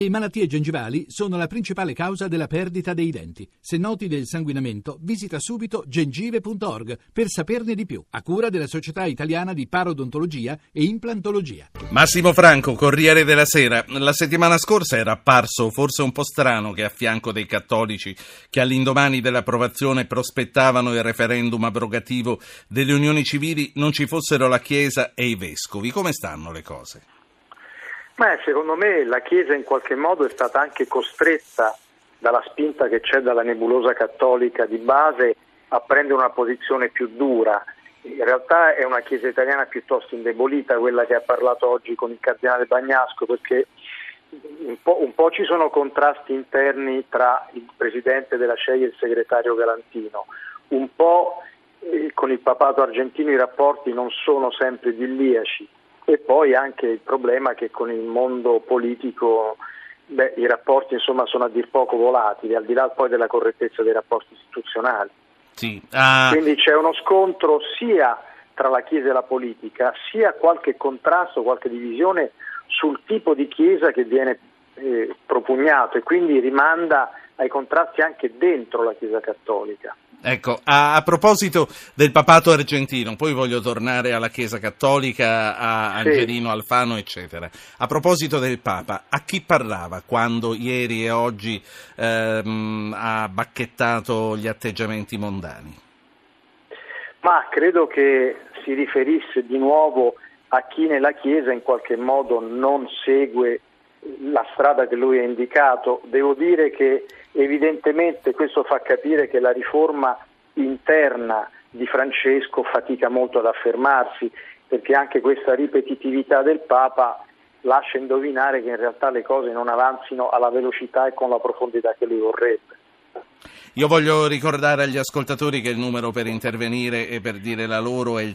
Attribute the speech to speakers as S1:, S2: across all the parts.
S1: Le malattie gengivali sono la principale causa della perdita dei denti. Se noti del sanguinamento, visita subito gengive.org per saperne di più, a cura della Società Italiana di Parodontologia e Implantologia.
S2: Massimo Franco, Corriere della Sera. La settimana scorsa era apparso forse un po' strano che a fianco dei cattolici che all'indomani dell'approvazione prospettavano il referendum abrogativo delle unioni civili non ci fossero la Chiesa e i vescovi. Come stanno le cose?
S3: Secondo me la Chiesa in qualche modo è stata anche costretta dalla spinta che c'è dalla nebulosa cattolica di base a prendere una posizione più dura. In realtà è una Chiesa italiana piuttosto indebolita, quella che ha parlato oggi con il cardinale Bagnasco, perché un po' ci sono contrasti interni tra il presidente della CEI e il segretario Galantino, un po' con il papato argentino i rapporti non sono sempre idilliaci. E poi anche il problema che con il mondo politico i rapporti sono a dir poco volatili, al di là poi della correttezza dei rapporti istituzionali.
S2: Sì.
S3: Quindi c'è uno scontro sia tra la Chiesa e la politica, sia qualche contrasto, qualche divisione sul tipo di Chiesa che viene propugnato e quindi rimanda ai contrasti anche dentro la Chiesa cattolica.
S2: Ecco, a proposito del papato argentino, poi voglio tornare alla Chiesa cattolica, a Angelino Alfano, eccetera. A proposito del Papa, a chi parlava quando ieri e oggi ha bacchettato gli atteggiamenti mondani?
S3: Ma credo che si riferisse di nuovo a chi nella Chiesa in qualche modo non segue la strada che lui ha indicato. Devo dire che evidentemente questo fa capire che la riforma interna di Francesco fatica molto ad affermarsi, perché anche questa ripetitività del Papa lascia indovinare che in realtà le cose non avanzino alla velocità e con la profondità che lui vorrebbe.
S2: Io voglio ricordare agli ascoltatori che il numero per intervenire e per dire la loro è il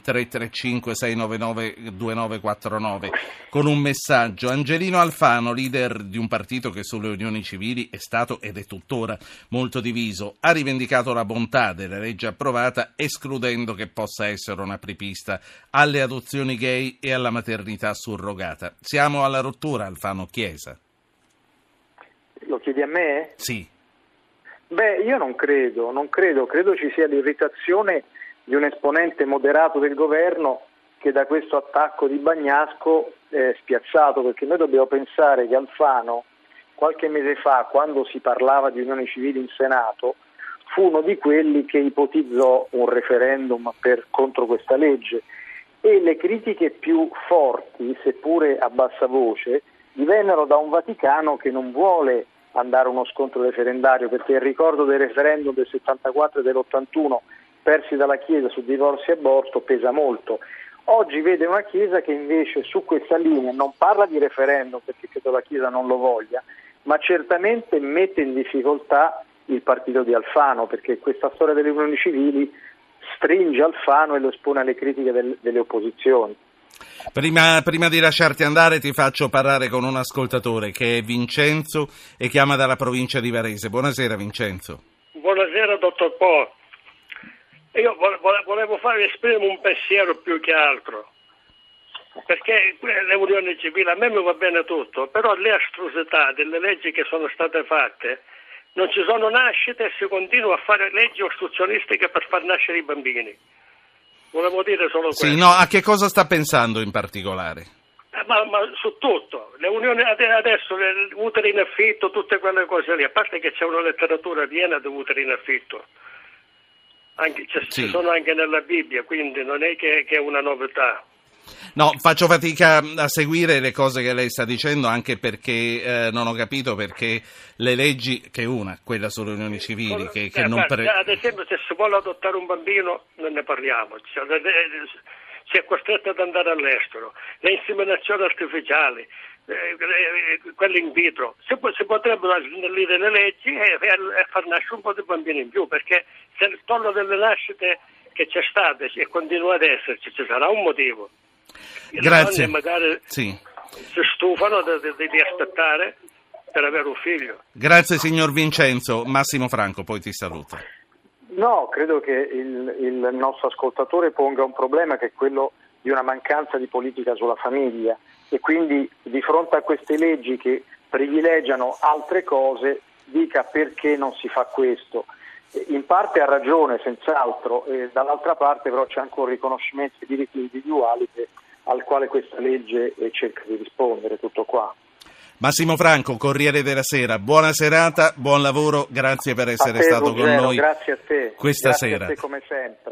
S2: 335-699-2949 con un messaggio. Angelino Alfano, leader di un partito che sulle unioni civili è stato ed è tuttora molto diviso, ha rivendicato la bontà della legge approvata escludendo che possa essere un apripista alle adozioni gay e alla maternità surrogata. Siamo alla rottura, Alfano-Chiesa.
S3: Lo chiedi a me?
S2: Sì.
S3: Io non credo, credo ci sia l'irritazione di un esponente moderato del governo che da questo attacco di Bagnasco è spiazzato, perché noi dobbiamo pensare che Alfano qualche mese fa, quando si parlava di unioni civili in Senato, fu uno di quelli che ipotizzò un referendum contro questa legge e le critiche più forti, seppure a bassa voce, divennero da un Vaticano che non vuole andare a uno scontro referendario, perché il ricordo del referendum del 74 e dell'81 persi dalla Chiesa su divorzio e aborto pesa molto. Oggi vede una Chiesa che invece su questa linea non parla di referendum, perché credo la Chiesa non lo voglia, ma certamente mette in difficoltà il partito di Alfano, perché questa storia delle unioni civili stringe Alfano e lo espone alle critiche delle opposizioni.
S2: Prima di lasciarti andare ti faccio parlare con un ascoltatore che è Vincenzo e chiama dalla provincia di Varese. Buonasera Vincenzo.
S4: Buonasera dottor Po. Io volevo esprimere un pensiero più che altro, perché le unioni civili a me mi va bene tutto, però le astrosità delle leggi che sono state fatte non ci sono nascite e si continua a fare leggi ostruzionistiche per far nascere i bambini. Volevo dire solo questo.
S2: Sì, no, a che cosa sta pensando in particolare?
S4: Ma su tutto, le unioni adesso, uteri in affitto, tutte quelle cose lì, a parte che c'è una letteratura piena di uteri in affitto, ci sono anche nella Bibbia, quindi non è che è una novità.
S2: No, faccio fatica a seguire le cose che lei sta dicendo, anche perché non ho capito perché le leggi, che una, quella sulle unioni civili, che non
S4: ad esempio, se si vuole adottare un bambino non ne parliamo, si è costretto ad andare all'estero, le inseminazioni artificiali, quelle in vitro, si potrebbero snellire le leggi e far nascere un po' di bambini in più, perché se il tono delle nascite che c'è stato e continua ad esserci, ci sarà un motivo.
S2: Grazie.
S4: Le donne magari si stufano di aspettare per avere un figlio.
S2: Grazie signor Vincenzo. Massimo Franco, poi ti saluto.
S3: No, credo che il nostro ascoltatore ponga un problema che è quello di una mancanza di politica sulla famiglia e quindi di fronte a queste leggi che privilegiano altre cose, dica perché non si fa questo. In parte ha ragione, senz'altro, dall'altra parte però c'è anche un riconoscimento dei diritti individuali al quale questa legge cerca di rispondere, tutto qua.
S2: Massimo Franco, Corriere della Sera, buona serata, buon lavoro, grazie per essere stato
S3: Ruggero,
S2: con noi
S3: grazie a te,
S2: questa
S3: grazie
S2: sera.
S3: A te come sempre.